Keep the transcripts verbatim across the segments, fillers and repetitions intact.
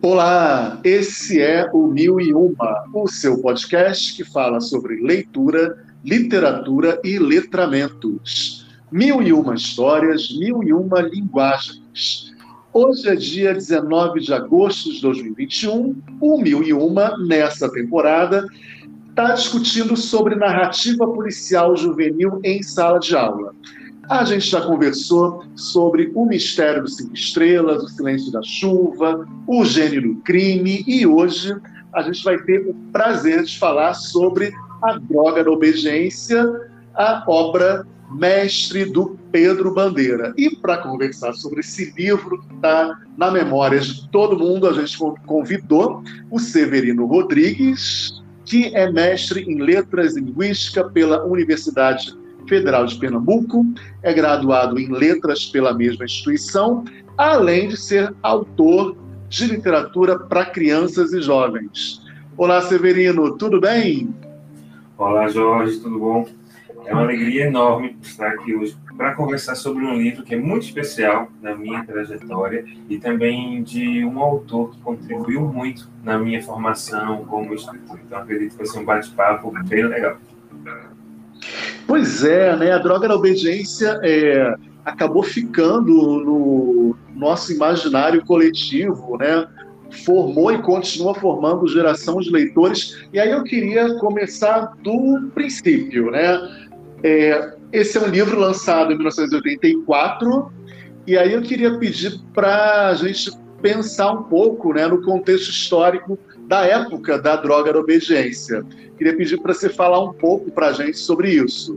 Olá, esse é o Mil e Uma, o seu podcast que fala sobre leitura, literatura e letramentos. Mil e uma histórias, mil e uma linguagens. Hoje é dia dezenove de agosto de dois mil e vinte e um. O Mil e Uma, nessa temporada, está discutindo sobre narrativa policial juvenil em sala de aula. A gente já conversou sobre O Mistério dos Cinco Estrelas, O Silêncio da Chuva, O Gênio do Crime, e hoje a gente vai ter o prazer de falar sobre A Droga da Obediência, a obra mestre do Pedro Bandeira. E para conversar sobre esse livro que está na memória de todo mundo, a gente convidou o Severino Rodrigues, que é mestre em Letras e Linguística pela Universidade Federal de Pernambuco, é graduado em Letras pela mesma instituição, além de ser autor de literatura para crianças e jovens. Olá, Severino, tudo bem? Olá, Jorge, tudo bom? É uma alegria enorme estar aqui hoje para conversar sobre um livro que é muito especial na minha trajetória e também de um autor que contribuiu muito na minha formação como escritor. Então, acredito que vai ser um bate-papo bem legal. Pois é, né? A Droga da Obediência é, acabou ficando no nosso imaginário coletivo, né? Formou e continua formando geração de leitores. E aí eu queria começar do princípio, né? É, esse é um livro lançado em mil novecentos e oitenta e quatro, e aí eu queria pedir para a gente pensar um pouco, né, no contexto histórico da época da Droga da Obediência. Queria pedir para você falar um pouco para a gente sobre isso.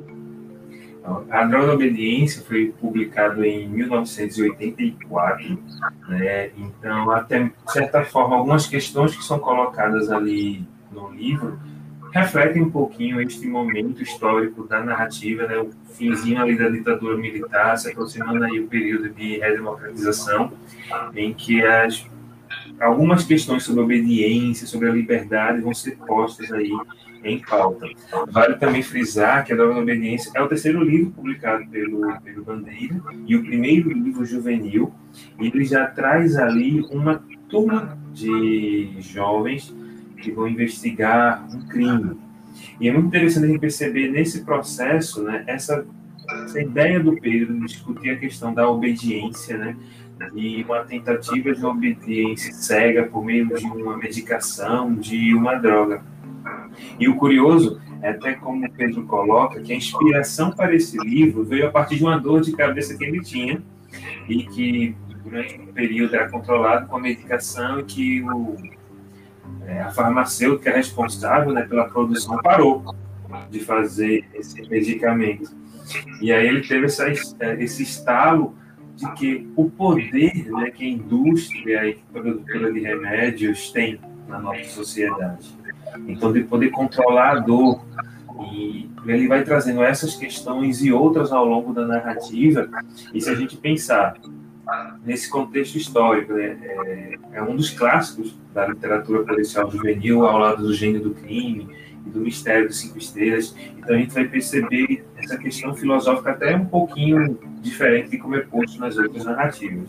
A Droga da Obediência foi publicado em mil novecentos e oitenta e quatro, né? Então, até de certa forma, algumas questões que são colocadas ali no livro refletem um pouquinho este momento histórico da narrativa, né? O finzinho ali da ditadura militar, se aproximando aí o período de redemocratização, em que as algumas questões sobre a obediência, sobre a liberdade vão ser postas aí em pauta. Vale também frisar que A Droga da Obediência é o terceiro livro publicado pelo, pelo Bandeira e o primeiro livro juvenil. E ele já traz ali uma turma de jovens que vão investigar um crime. E é muito interessante a gente perceber nesse processo, né, essa, essa ideia do Pedro de discutir a questão da obediência, né, e uma tentativa de uma obediência cega por meio de uma medicação, de uma droga. E o curioso é até como o Pedro coloca, que a inspiração para esse livro veio a partir de uma dor de cabeça que ele tinha e que durante um período era controlado com a medicação e que o, é, a farmacêutica responsável, né, pela produção parou de fazer esse medicamento. E aí ele teve essa, esse estalo de que o poder, né, que a indústria e a produtora de remédios tem na nossa sociedade. Então, de poder controlar a dor. E ele vai trazendo essas questões e outras ao longo da narrativa. E se a gente pensar nesse contexto histórico, né, é, é um dos clássicos da literatura policial juvenil, ao lado do Gênio do Crime e do Mistério dos Cinco Estrelas. Então, a gente vai perceber essa questão filosófica até um pouquinho diferente de como é posto nas outras narrativas.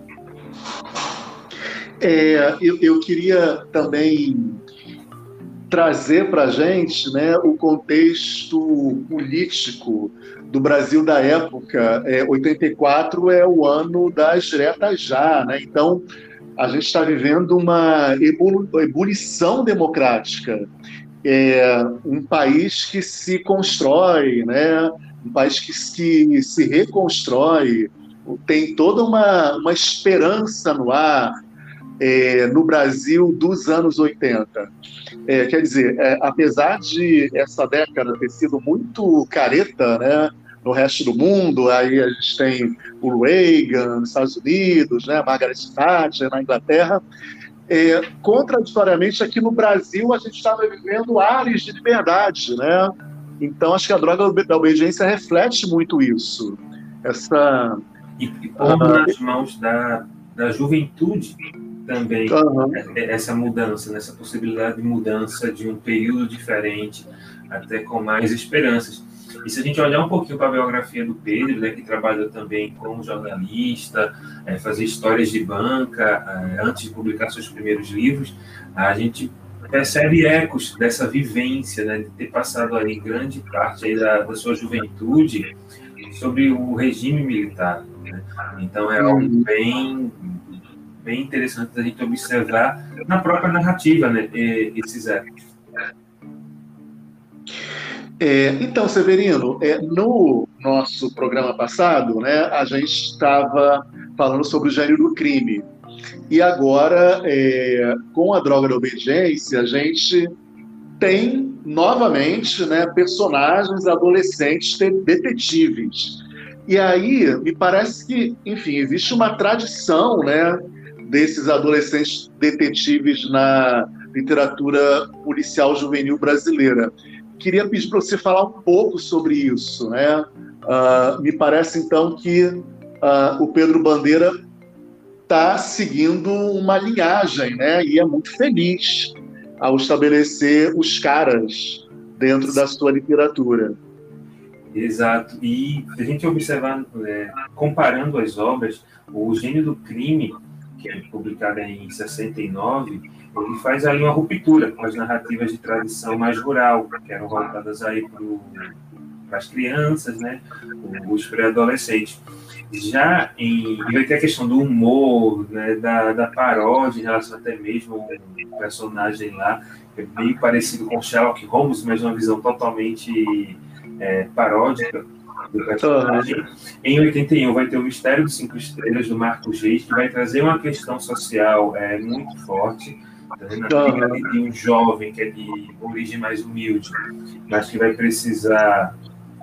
É, eu, eu queria também trazer para a gente, né, o contexto político do Brasil da época. É, oitenta e quatro é o ano das diretas já, né? Então, a gente está vivendo uma ebulição democrática. É um país que se constrói, né? Um país que, que se reconstrói, tem toda uma, uma esperança no ar, é, no Brasil dos anos oitenta. É, quer dizer, é, apesar de essa década ter sido muito careta, né, no resto do mundo, aí a gente tem o Reagan nos Estados Unidos, né, Margaret Thatcher na Inglaterra, é, contraditoriamente aqui no Brasil a gente estava vivendo ares de liberdade, né? Então acho que A Droga da Obediência reflete muito isso. Essa, e, e pondo uh, nas mãos da, da juventude também, uhum. essa mudança, né? Essa possibilidade de mudança de um período diferente, até com mais esperanças. E se a gente olhar um pouquinho para a biografia do Pedro, né, que trabalhou também como jornalista, é, fazia histórias de banca, é, antes de publicar seus primeiros livros, a gente percebe ecos dessa vivência, né, de ter passado aí grande parte aí da, da sua juventude sobre o regime militar, né? Então é algo bem, bem interessante da gente observar na própria narrativa, né, esses ecos. É, então, Severino, é, no nosso programa passado, né, a gente estava falando sobre o gênero do crime. E agora, é, com a droga da obediência, a gente tem novamente, né, personagens adolescentes detetives. E aí, me parece que, enfim, existe uma tradição, né, desses adolescentes detetives na literatura policial juvenil brasileira. Queria pedir para você falar um pouco sobre isso, né? Uh, me parece, então, que uh, o Pedro Bandeira está seguindo uma linhagem, né? E é muito feliz ao estabelecer os caras dentro da sua literatura. Exato. E a gente observar, é, comparando as obras, o Gênio do Crime, que é publicado em sessenta e nove, ele faz aí uma ruptura com as narrativas de tradição mais rural, que eram voltadas aí para as crianças, né, os pré-adolescentes. Já em, vai ter a questão do humor, né, da, da paródia em relação até mesmo a um personagem lá, que é bem parecido com Sherlock Holmes, mas uma visão totalmente é, paródica do personagem. Em oitenta e um vai ter o Mistério dos Cinco Estrelas, do Marcos Reis, que vai trazer uma questão social é, muito forte, na figura de um jovem que é de origem mais humilde, mas que vai precisar,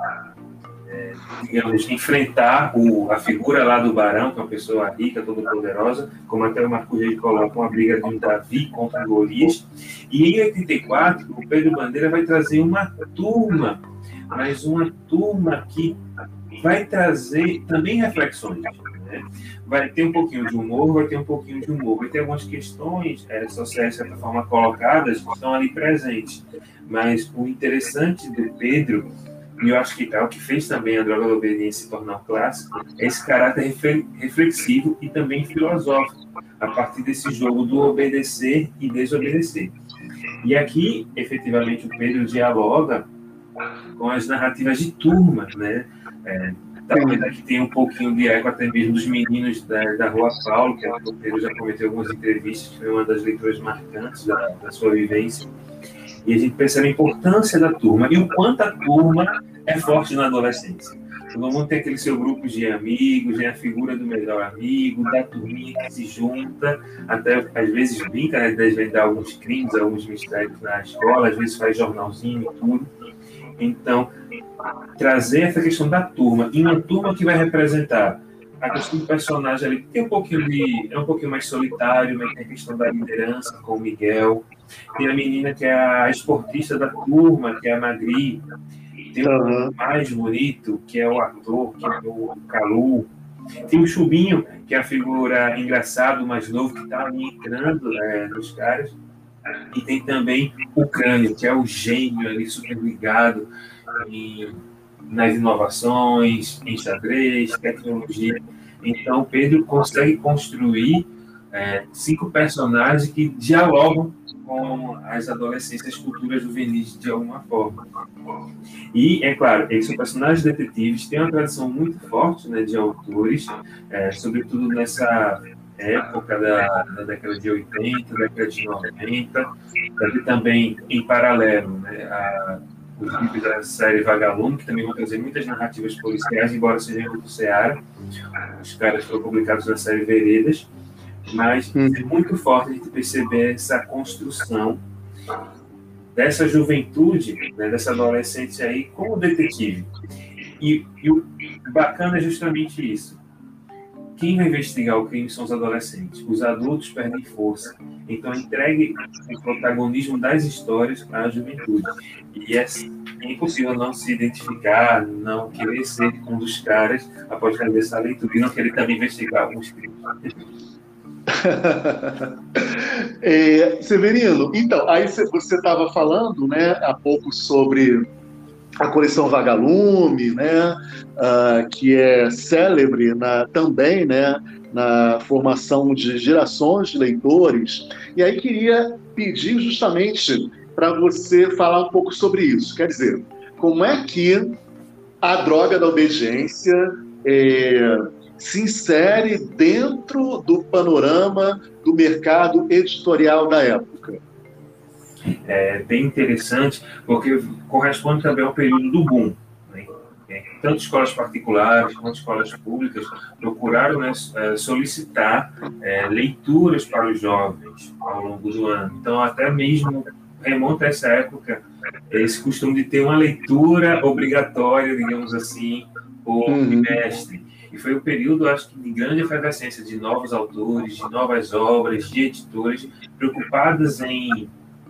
é, digamos, enfrentar o, a figura lá do Barão, que é uma pessoa rica, toda poderosa, como até o Marcos Reis coloca, uma briga de um Davi contra o Golias. E em oitenta e quatro, o Pedro Bandeira vai trazer uma turma, mas uma turma que vai trazer também reflexões, né? Vai ter um pouquinho de humor, vai ter um pouquinho de humor, vai ter algumas questões é, sociais, de certa forma, colocadas, que estão ali presentes. Mas o interessante do Pedro, e eu acho que é o que fez também a Droga da Obediência se tornar um clássico, é esse caráter reflexivo e também filosófico, a partir desse jogo do obedecer e desobedecer. E aqui, efetivamente, o Pedro dialoga com as narrativas de turma, né? É, talvez aqui tenha um pouquinho de eco até mesmo dos meninos da, da Rua Paulo, que o Pedro já cometeu algumas entrevistas, que foi uma das leituras marcantes da, da sua vivência. E a gente percebe a importância da turma e o quanto a turma é forte na adolescência. Todo mundo tem aquele seu grupo de amigos, né, a figura do melhor amigo, da turminha que se junta, até às vezes brinca, né, de desvendar alguns crimes, alguns mistérios na escola, às vezes faz jornalzinho e tudo. Então, trazer essa questão da turma, e uma turma que vai representar a questão do personagem ali, tem um pouquinho de, é um pouquinho mais solitário, mas tem a questão da liderança com o Miguel, tem a menina que é a esportista da turma, que é a Magri, tem o uhum. mais bonito, que é o ator, que é o Calu, tem o Chubinho, que é a figura engraçado, mais novo, que está ali entrando é, nos caras, e tem também o Crânio, que é o gênio ali, super ligado em, nas inovações, em xadrez, tecnologia. Então, o Pedro consegue construir é, cinco personagens que dialogam com as adolescências, culturas juvenis de alguma forma. E, é claro, eles são personagens detetives, têm uma tradição muito forte, né, de autores, é, sobretudo nessa época da, da década de oitenta, década de noventa, e também, em paralelo, né, a, os livros da série Vagalume, que também vão trazer muitas narrativas policiais, embora sejam do Seara. Os caras foram publicados na série Veredas, mas hum. é muito forte a gente perceber essa construção dessa juventude, né, dessa adolescência aí, como detetive. E, e o bacana é justamente isso. Quem vai investigar o crime são os adolescentes. Os adultos perdem força. Então, entregue o protagonismo das histórias para a juventude. E é, é impossível não se identificar, não querer ser um dos caras após fazer essa leitura e não querer também investigar alguns crimes. é, Severino, então, aí você estava falando, né, há pouco sobre a coleção Vagalume, né, uh, que é célebre na, também, né, na formação de gerações de leitores. E aí queria pedir justamente para você falar um pouco sobre isso. Quer dizer, como é que a Droga da Obediência é, se insere dentro do panorama do mercado editorial da época? É bem interessante, porque corresponde também ao período do boom, né? Tanto escolas particulares quanto escolas públicas procuraram, né, solicitar é, leituras para os jovens ao longo do ano. Então, até mesmo remonta a essa época esse costume de ter uma leitura obrigatória, digamos assim, por trimestre. Uhum. E foi um período, acho que, de grande efervescência de novos autores, de novas obras, de editores preocupadas em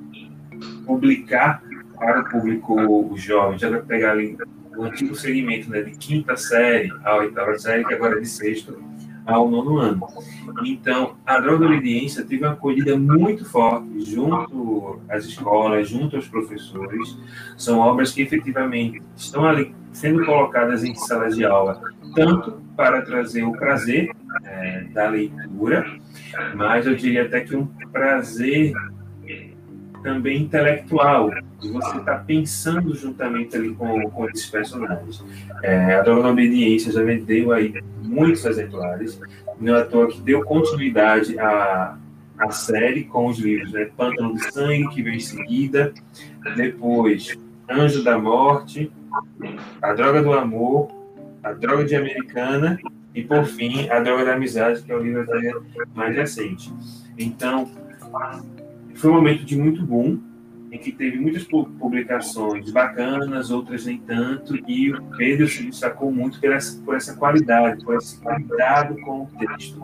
publicar para o público jovem. Já vai pegar ali o antigo segmento, né, de quinta série à oitava série, que agora é de sexto ao nono ano. Então, a Droga da Obediência teve uma acolhida muito forte junto às escolas, junto aos professores. São obras que efetivamente estão ali sendo colocadas em salas de aula, tanto para trazer o prazer é, da leitura, mas eu diria até que um prazer também intelectual, de você estar tá pensando juntamente ali com, com esses personagens. É, a Droga da Obediência já vendeu aí muitos exemplares, não é à toa que deu continuidade à, à série com os livros, né? Pântano de Sangue, que veio em seguida, depois Anjo da Morte, A Droga do Amor, A Droga de Americana e, por fim, A Droga da Amizade, que é o livro mais recente. Então, foi um momento de muito boom, em que teve muitas publicações bacanas, outras nem tanto, e o Pedro se destacou muito por essa, por essa qualidade, por esse cuidado com o texto.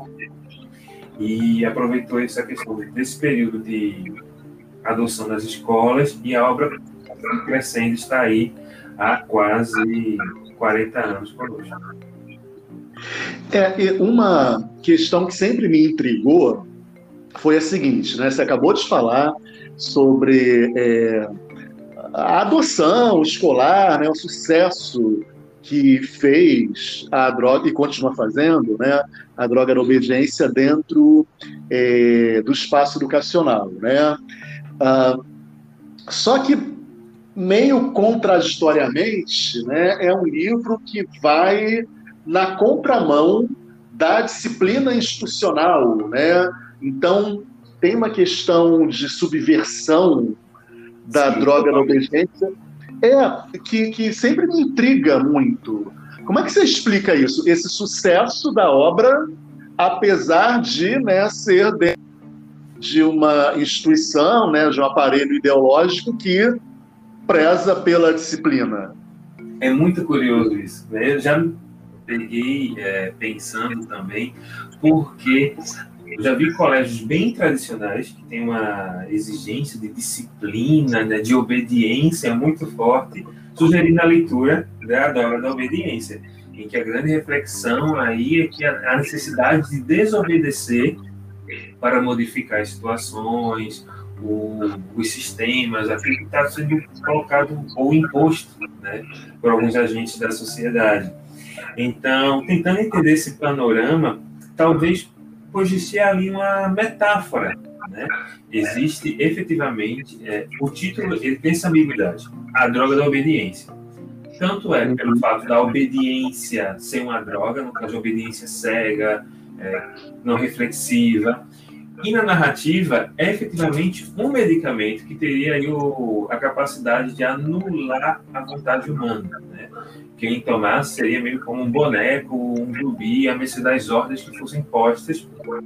E aproveitou essa questão desse período de adoção das escolas, e a obra crescendo está aí há quase quarenta anos conosco. É, uma questão que sempre me intrigou foi a seguinte, né? Você acabou de falar sobre é, a adoção escolar, né? O sucesso que fez a droga, e continua fazendo, né? A Droga da Obediência dentro é, do espaço educacional, né? Ah, só que, meio contraditoriamente, né? É um livro que vai na contramão da disciplina institucional, né? Então, tem uma questão de subversão da Sim, droga da obediência é, que, que sempre me intriga muito. Como é que você explica isso? Esse sucesso da obra, apesar de, né, ser dentro de uma instituição, né, de um aparelho ideológico que preza pela disciplina. É muito curioso isso, né? Eu já me peguei é, pensando também, porque eu já vi colégios bem tradicionais que têm uma exigência de disciplina, né, de obediência muito forte, sugerindo a leitura da Droga da Obediência, em que a grande reflexão aí é que a necessidade de desobedecer para modificar as situações, o, os sistemas, aquilo que está sendo colocado ou imposto, né, por alguns agentes da sociedade. Então, tentando entender esse panorama, talvez pode ser ali uma metáfora, né? Existe efetivamente, é, o título ele tem essa ambiguidade, a droga da obediência. Tanto é pelo fato da obediência ser uma droga, no caso de obediência cega, é, não reflexiva, e na narrativa é efetivamente um medicamento que teria aí o, a capacidade de anular a vontade humana, né? Quem tomasse seria meio como um boneco, um zumbi, a mercê das ordens que fossem postas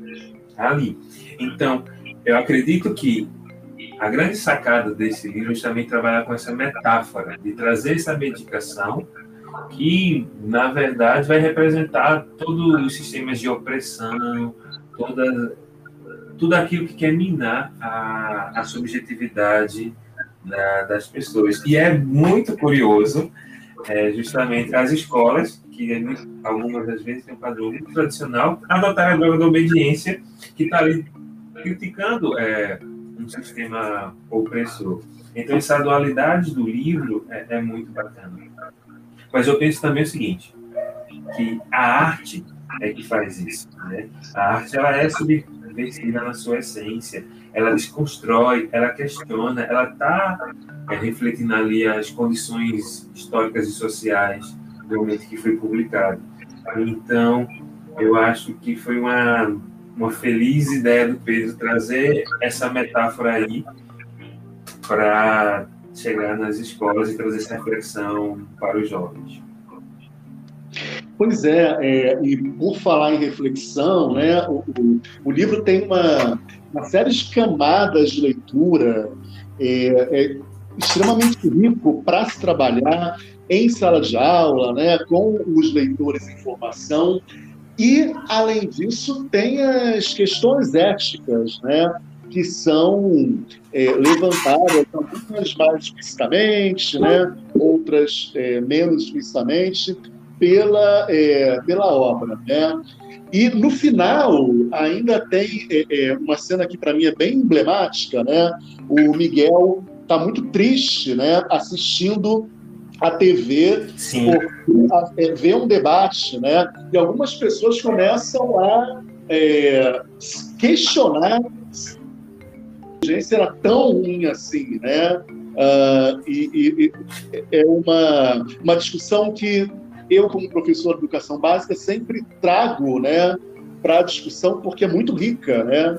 ali. Então, eu acredito que a grande sacada desse livro é também trabalhar com essa metáfora, de trazer essa medicação que, na verdade, vai representar todos os sistemas de opressão, toda, tudo aquilo que quer minar a, a subjetividade da, das pessoas. E é muito curioso, é, justamente, as escolas, que algumas das vezes têm um padrão muito tradicional, adotar a droga da obediência, que está ali criticando é, um sistema opressor. Então, essa dualidade do livro é, é muito bacana. Mas eu penso também o seguinte, que a arte é que faz isso, né? A arte, ela é subversiva na sua essência, ela desconstrói, ela questiona, ela está é, refletindo ali as condições históricas e sociais do momento que foi publicado. Então, eu acho que foi uma, uma feliz ideia do Pedro trazer essa metáfora aí para chegar nas escolas e trazer essa reflexão para os jovens. Pois é, é e por falar em reflexão, né, o, o, o livro tem uma, uma série de camadas de leitura, é, é extremamente rico para se trabalhar em sala de aula, né, com os leitores em formação. E, além disso, tem as questões éticas, né, que são é, levantadas, algumas mais explicitamente, né, outras é, menos explicitamente, pela, é, pela obra. Né? E, no final, ainda tem é, é, uma cena que, para mim, é bem emblemática. Né? O Miguel está muito triste, né, assistindo a T V, por, é, ver um debate, né? E algumas pessoas começam a é, questionar se a agência era tão ruim assim, né? Uh, e, e, e é uma, uma discussão que eu, como professor de educação básica, sempre trago, né, para a discussão, porque é muito rica, né?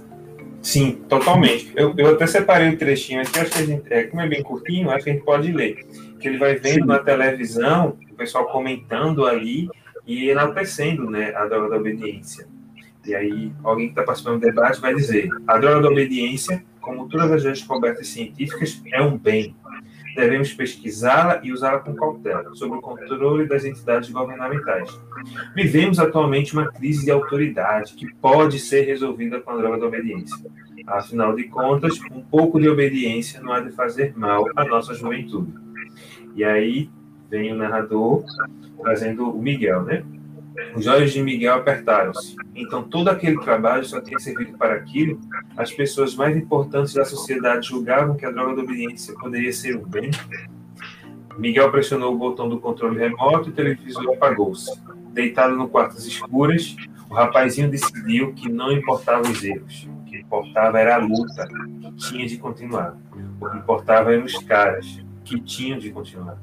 Sim, totalmente. Eu, eu até separei um trechinho aqui, acho que a gente, é, como é bem curtinho, acho que a gente pode ler. Que ele vai vendo Sim. na televisão, o pessoal comentando ali e enaltecendo, né, a droga da obediência. E aí, alguém que está participando do debate vai dizer: a droga da obediência, como todas as descobertas científicas, é um bem. Devemos pesquisá-la e usá-la com cautela, sob o controle das entidades governamentais. Vivemos atualmente uma crise de autoridade que pode ser resolvida com a droga da obediência. Afinal de contas, um pouco de obediência não há de fazer mal à nossa juventude. E aí vem o narrador trazendo o Miguel, né? Os olhos de Miguel apertaram-se. Então, todo aquele trabalho só tinha servido para aquilo. As pessoas mais importantes da sociedade julgavam que a droga da obediência poderia ser um bem. Miguel pressionou o botão do controle remoto e o televisor apagou-se. Deitado no quarto às escuras, o rapazinho decidiu que não importavam os erros. O que importava era a luta, que tinha de continuar. O que importava eram os caras, que tinham de continuar.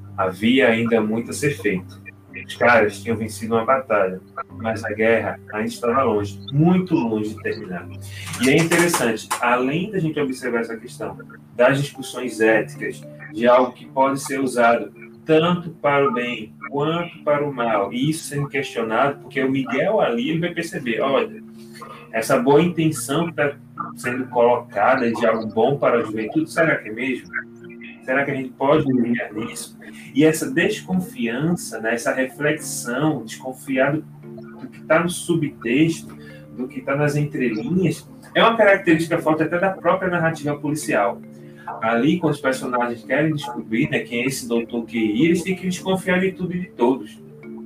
Havia ainda muito a ser feito. Os caras tinham vencido uma batalha, mas a guerra ainda estava longe, muito longe de terminar. E é interessante, além da gente observar essa questão das discussões éticas, de algo que pode ser usado tanto para o bem quanto para o mal, e isso sendo questionado, porque o Miguel ali ele vai perceber, olha, essa boa intenção que está sendo colocada de algo bom para a juventude, será que é mesmo? Será que a gente pode confiar nisso? E essa desconfiança, né, essa reflexão, desconfiar do, do que está no subtexto, do que está nas entrelinhas, é uma característica forte até da própria narrativa policial. Ali, quando os personagens querem descobrir, né, quem é esse doutor Q I, eles têm que desconfiar de tudo e de todos.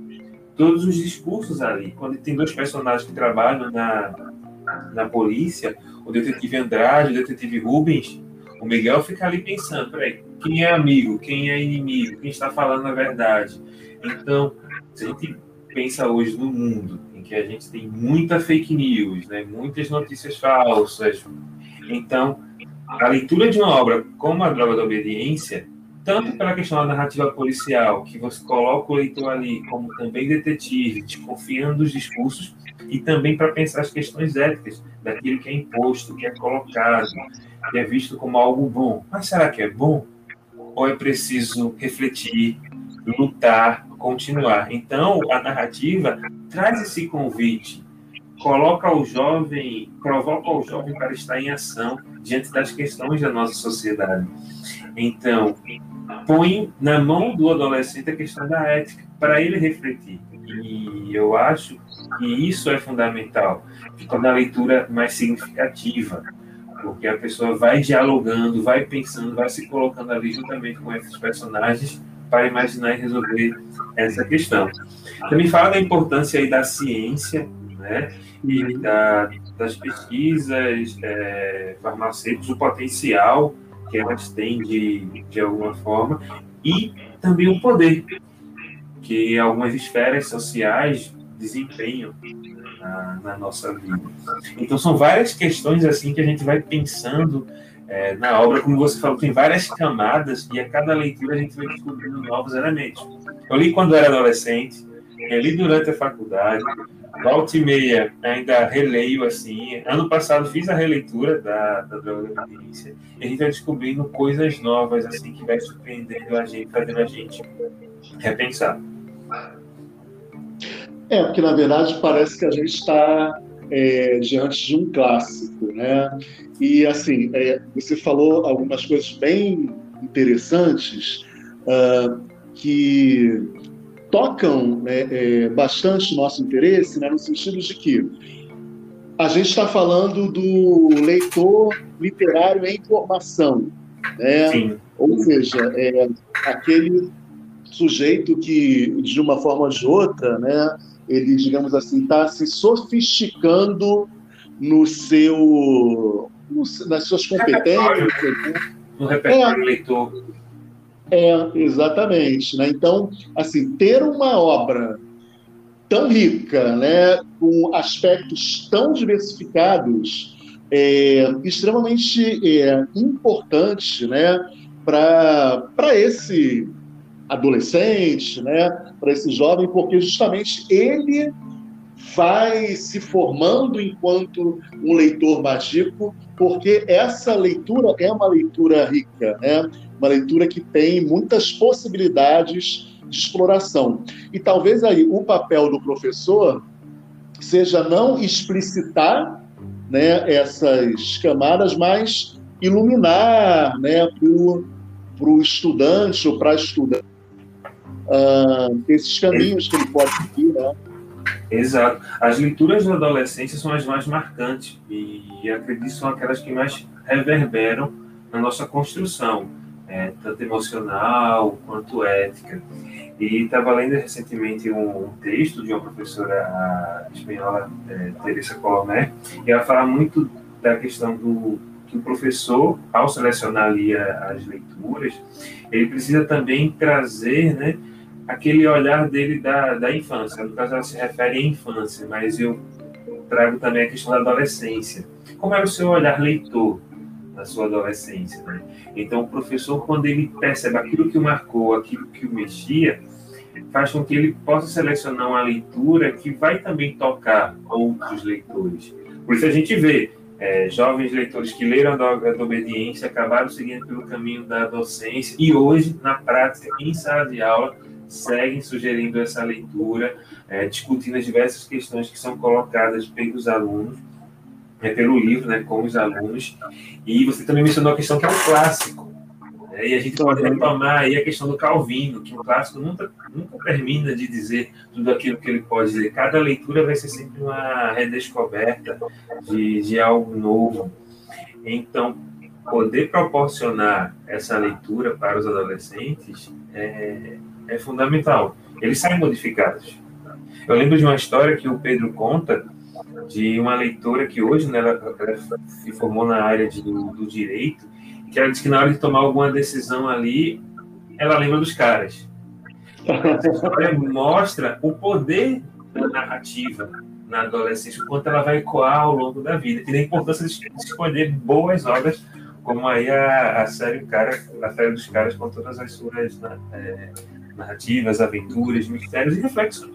Todos os discursos ali. Quando tem dois personagens que trabalham na, na polícia, o detetive Andrade, o detetive Rubens, o Miguel fica ali pensando, peraí, quem é amigo, quem é inimigo, quem está falando a verdade. Então, se a gente pensa hoje no mundo em que a gente tem muita fake news, né, muitas notícias falsas, então, a leitura de uma obra como A Droga da Obediência, tanto pela questão da narrativa policial, que você coloca o leitor ali como também detetive, desconfiando dos discursos, e também para pensar as questões éticas daquilo que é imposto, que é colocado, que é visto como algo bom. Mas será que é bom? Ou é preciso refletir, lutar, continuar? Então, a narrativa traz esse convite, coloca o jovem, provoca o jovem para estar em ação diante das questões da nossa sociedade. Então, põe na mão do adolescente a questão da ética, para ele refletir. E eu acho que isso é fundamental, que torna a leitura mais significativa, porque a pessoa vai dialogando, vai pensando, vai se colocando ali juntamente com esses personagens para imaginar e resolver essa questão. Também fala da importância aí da ciência, né? E da, das pesquisas é, farmacêuticas, o potencial que elas têm de, de alguma forma, e também o poder que algumas esferas sociais desempenham na, na nossa vida. Então, são várias questões assim que a gente vai pensando é, na obra, como você falou, tem várias camadas, e a cada leitura a gente vai descobrindo novos elementos. Eu li quando era adolescente, eu li durante a faculdade, volta e meia ainda releio, assim. Ano passado fiz a releitura da, da Droga da Obediência, e a gente vai descobrindo coisas novas, assim, que vai surpreendendo a gente, fazendo a gente repensar. É, porque na verdade parece que a gente está é, diante de um clássico, né? E assim, é, você falou algumas coisas bem interessantes uh, que tocam, né, é, bastante nosso interesse, né, no sentido de que a gente está falando do leitor literário em formação, né? Sim. Ou seja, é aquele sujeito que, de uma forma ou de outra, né, ele, digamos assim, está se sofisticando no seu, no, nas suas competências. No repertório é, leitor. É, exatamente. Né? Então, assim, ter uma obra tão rica, né, com aspectos tão diversificados, é extremamente é, importante, né, para esse adolescente, né, para esse jovem, porque justamente ele vai se formando enquanto um leitor mágico, porque essa leitura é uma leitura rica, né? Uma leitura que tem muitas possibilidades de exploração. E talvez aí o papel do professor seja não explicitar, né, essas camadas, mas iluminar, né, para o estudante ou para a estudante uh, esses caminhos que ele pode seguir, né? Exato. As leituras da adolescência são as mais marcantes e, acredito, são aquelas que mais reverberam na nossa construção, é, tanto emocional quanto ética. E estava lendo recentemente um, um texto de uma professora espanhola, é, Teresa Colomé, e ela fala muito da questão do que o professor, ao selecionar ali as leituras, ele precisa também trazer, né, aquele olhar dele da, da infância. No caso, ela se refere à infância, mas eu trago também a questão da adolescência. Como era o seu olhar leitor na sua adolescência, né? Então, o professor, quando ele percebe aquilo que o marcou, aquilo que o mexia, faz com que ele possa selecionar uma leitura que vai também tocar outros leitores. Por isso a gente vê é, jovens leitores que leram a Droga da Obediência, acabaram seguindo pelo caminho da docência e hoje, na prática, em sala de aula, seguem sugerindo essa leitura, é, discutindo as diversas questões que são colocadas pelos alunos, é, pelo livro, né, com os alunos. E você também mencionou a questão que é um clássico, né, e a gente pode retomar aí a questão do Calvino, que um clássico nunca, nunca termina de dizer tudo aquilo que ele pode dizer. Cada leitura vai ser sempre uma redescoberta de, de algo novo. Então, poder proporcionar essa leitura para os adolescentes é, é fundamental. Eles saem modificados. Eu lembro de uma história que o Pedro conta de uma leitora que hoje, né, ela, ela se formou na área de, do, do direito, que ela disse que na hora de tomar alguma decisão ali, ela lembra dos caras. Essa história mostra o poder da narrativa na adolescência, o quanto ela vai ecoar ao longo da vida, e a importância de escolher boas obras, como aí a, a série Cara, a série dos Caras, com todas as suas é, narrativas, aventuras, mistérios e reflexões.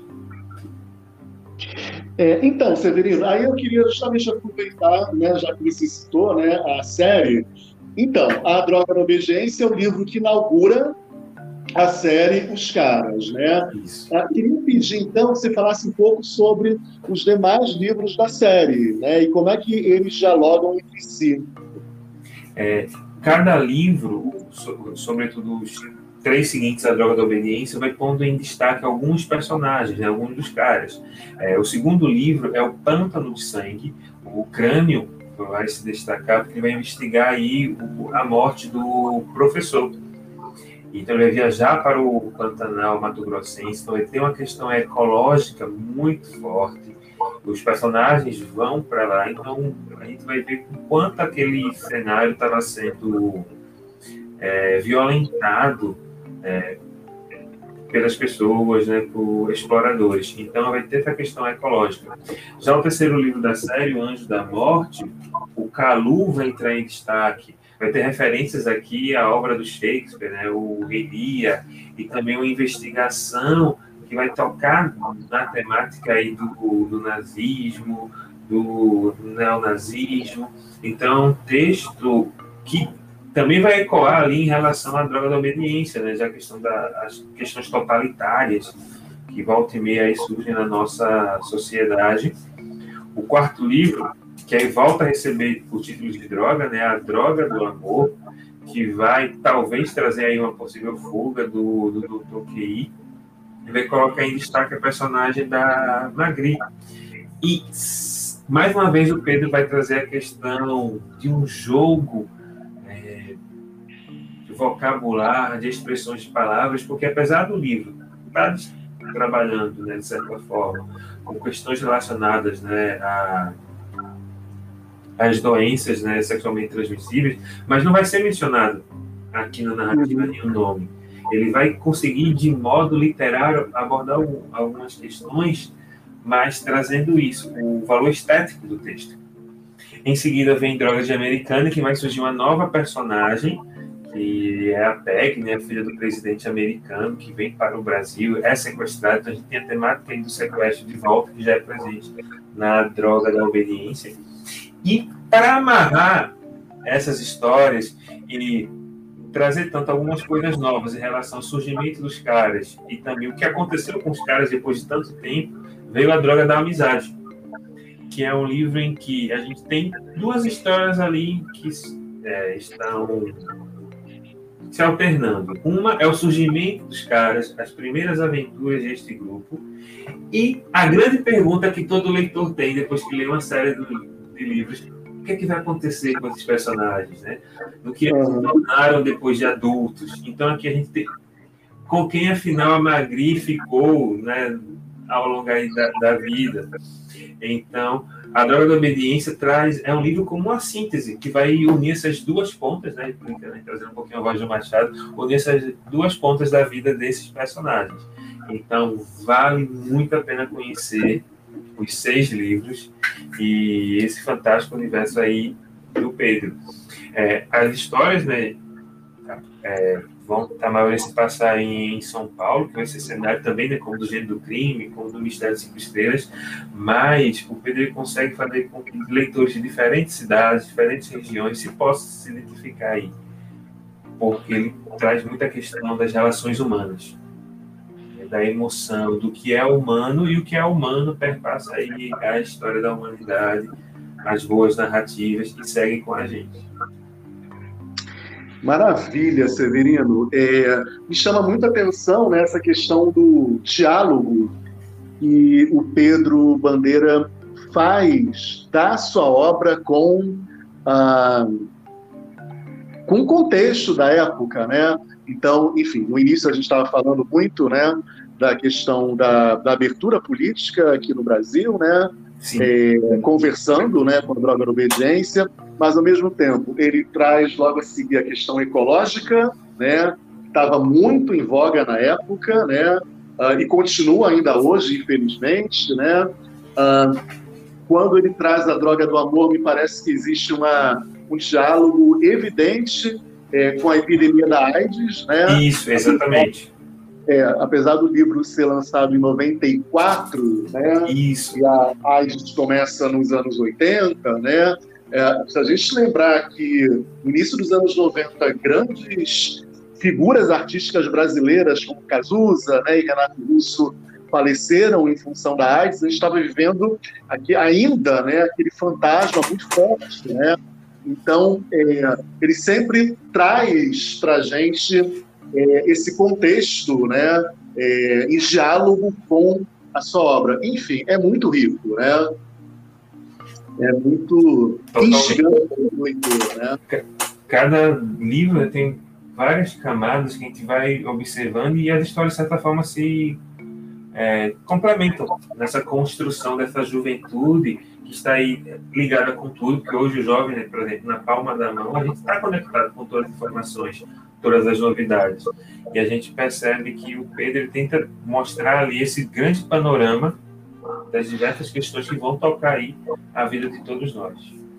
É, então, Severino, aí eu queria justamente aproveitar, né, já que você citou, né, a série. Então, A Droga da Obediência é o livro que inaugura a série Os Caras, né? Isso. Ah, queria pedir, então, que você falasse um pouco sobre os demais livros da série, né, e como é que eles dialogam entre si. É, cada livro, sobretudo os três seguintes à Droga da Obediência, vai pondo em destaque alguns personagens, né, alguns dos caras. É, o segundo livro é o Pântano de Sangue, o Crânio vai se destacar porque ele vai investigar aí a morte do professor. Então ele vai viajar para o Pantanal Mato Grossense, então ele tem uma questão ecológica muito forte, os personagens vão para lá, então a gente vai ver o quanto aquele cenário estava sendo é, violentado é, pelas pessoas, né, por exploradores. Então vai ter essa questão ecológica. Já o terceiro livro da série, O Anjo da Morte, o Kalu vai entrar em destaque. Vai ter referências aqui à obra do Shakespeare, né, o Rei Lear, e também uma investigação que vai tocar na temática aí do, do nazismo, do neonazismo. Então, um texto que também vai ecoar ali em relação à droga da obediência, né, já a questão das questões totalitárias que volta e meia aí surgem na nossa sociedade. O quarto livro, que aí volta a receber o título de droga, né, A Droga do Amor, que vai talvez trazer aí uma possível fuga do, do doutor Q I, e vai colocar em destaque a personagem da Magri. E, mais uma vez, o Pedro vai trazer a questão de um jogo é, de vocabulário, de expressões de palavras, porque apesar do livro estar trabalhando, né, de certa forma, com questões relacionadas, né, a as doenças, né, sexualmente transmissíveis, mas não vai ser mencionado aqui na narrativa uhum. nenhum nome. Ele vai conseguir, de modo literário, abordar algumas questões, mas trazendo isso, o valor estético do texto. Em seguida vem Drogas de Americana, que vai surgir uma nova personagem, que é a Peg, né, a filha do presidente americano, que vem para o Brasil, é sequestrada. Então a gente tem a temática do sequestro de volta, que já é presente na Droga da Obediência. E para amarrar essas histórias e trazer tanto algumas coisas novas em relação ao surgimento dos caras e também o que aconteceu com os caras depois de tanto tempo, veio A Droga da Amizade, que é um livro em que a gente tem duas histórias ali que é, estão se alternando. Uma é o surgimento dos caras, as primeiras aventuras deste grupo, e a grande pergunta que todo leitor tem depois que lê uma série do de livros, o que é que vai acontecer com esses personagens, né? No que eles se tornaram depois de adultos. Então aqui a gente tem com quem afinal a Magri ficou, né, ao longo aí da, da vida. Então A Droga da Obediência traz, é um livro como uma síntese que vai unir essas duas pontas, né, trazendo um pouquinho a voz do Machado, unir essas duas pontas da vida desses personagens. Então vale muito a pena conhecer os seis livros e esse fantástico universo aí do Pedro. É, as histórias, né, é, vão a maioria se passar em, em São Paulo, que vai ser cenário também, né, como do Gênero do Crime, como do Mistério de Cinco Estrelas, mas o Pedro consegue fazer com que leitores de diferentes cidades, diferentes regiões se possam se identificar aí, porque ele traz muita questão das relações humanas, da emoção, do que é humano, e o que é humano perpassa aí a história da humanidade, as boas narrativas que seguem com a gente. Maravilha, Severino. É, me chama muita atenção, né, essa questão do diálogo que o Pedro Bandeira faz da sua obra com, ah, com o contexto da época, né? Então, enfim, no início a gente estava falando muito, né, da questão da, da abertura política aqui no Brasil, né, é, conversando, né, com a Droga da Obediência, mas ao mesmo tempo ele traz logo a seguir a questão ecológica, né, estava muito em voga na época, né, uh, e continua ainda hoje, infelizmente, né. Uh, quando ele traz a Droga do Amor, me parece que existe uma, um diálogo evidente É, com a epidemia da AIDS, né? Isso, exatamente. É, apesar do livro ser lançado em noventa e quatro, né? Isso. E a AIDS começa nos anos oitenta, né? É, se a gente lembrar que no início dos anos noventa, grandes figuras artísticas brasileiras como Cazuza, né, e Renato Russo faleceram em função da AIDS, a gente estava vivendo aqui ainda, né, aquele fantasma muito forte, né? Então, é, ele sempre traz para a gente é, esse contexto, né, é, em diálogo com a sua obra. Enfim, é muito rico, né? É muito instigante o leitor, né? Cada livro tem várias camadas que a gente vai observando e as histórias, de certa forma, se é, complementam nessa construção dessa juventude que está aí ligada com tudo, porque hoje o jovem, né, por exemplo, na palma da mão, a gente está conectado com todas as informações, todas as novidades. E a gente percebe que o Pedro ele tenta mostrar ali esse grande panorama das diversas questões que vão tocar aí a vida de todos nós.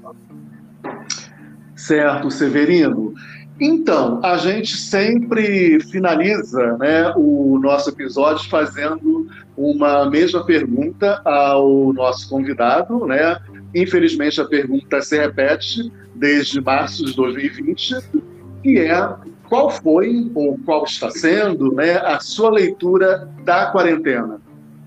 Certo, Severino. Então, a gente sempre finaliza, né, o nosso episódio fazendo uma mesma pergunta ao nosso convidado, né? Infelizmente, a pergunta se repete desde março de dois mil e vinte, que é: qual foi ou qual está sendo, né, a sua leitura da quarentena?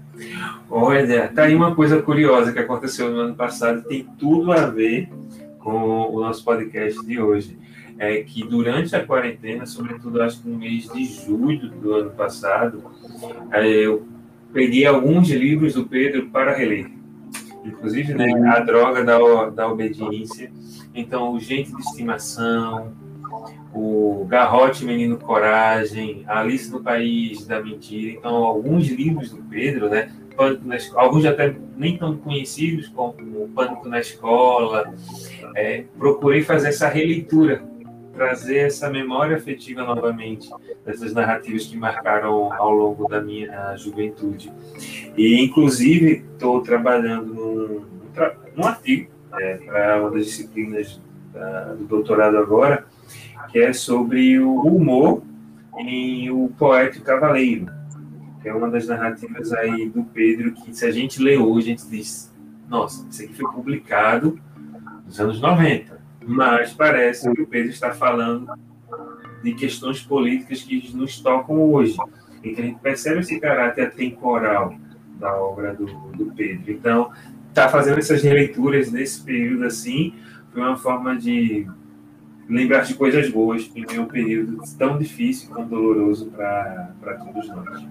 Olha, tá aí uma coisa curiosa que aconteceu no ano passado, tem tudo a ver com o nosso podcast de hoje. É que durante a quarentena, sobretudo acho que no mês de julho do ano passado, eu peguei alguns livros do Pedro para reler. Inclusive, né, A Droga da, da Obediência. Então, o Gente de Estimação, o Garrote Menino Coragem, Alice no País da Mentira. Então, alguns livros do Pedro, né? Alguns até nem tão conhecidos, como o Pânico na Escola. É, procurei fazer essa releitura, trazer essa memória afetiva novamente dessas narrativas que marcaram ao longo da minha juventude. E, inclusive, estou trabalhando num, num artigo é, para uma das disciplinas da, do doutorado agora, que é sobre o humor em O Poeta e o Cavaleiro, que é uma das narrativas aí do Pedro que, se a gente lê hoje, a gente diz: nossa, isso aqui foi publicado nos anos noventa, mas parece que o Pedro está falando de questões políticas que nos tocam hoje, e que a gente percebe esse caráter atemporal da obra do, do Pedro. Então, tá fazendo essas releituras nesse período assim, foi uma forma de lembrar de coisas boas em um período tão difícil, tão doloroso para todos nós.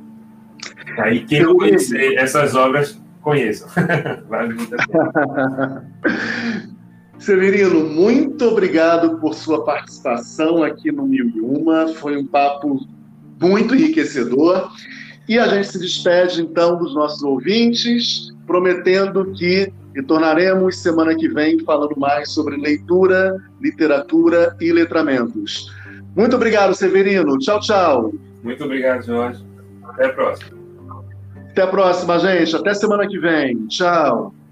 Aí, quem não conhecer essas obras, conheçam. Vale muito a pena. Severino, muito obrigado por sua participação aqui no Mil e Uma. Foi um papo muito enriquecedor. E a gente se despede, então, dos nossos ouvintes, prometendo que retornaremos semana que vem falando mais sobre leitura, literatura e letramentos. Muito obrigado, Severino. Tchau, tchau. Muito obrigado, Jorge. Até a próxima. Até a próxima, gente. Até semana que vem. Tchau.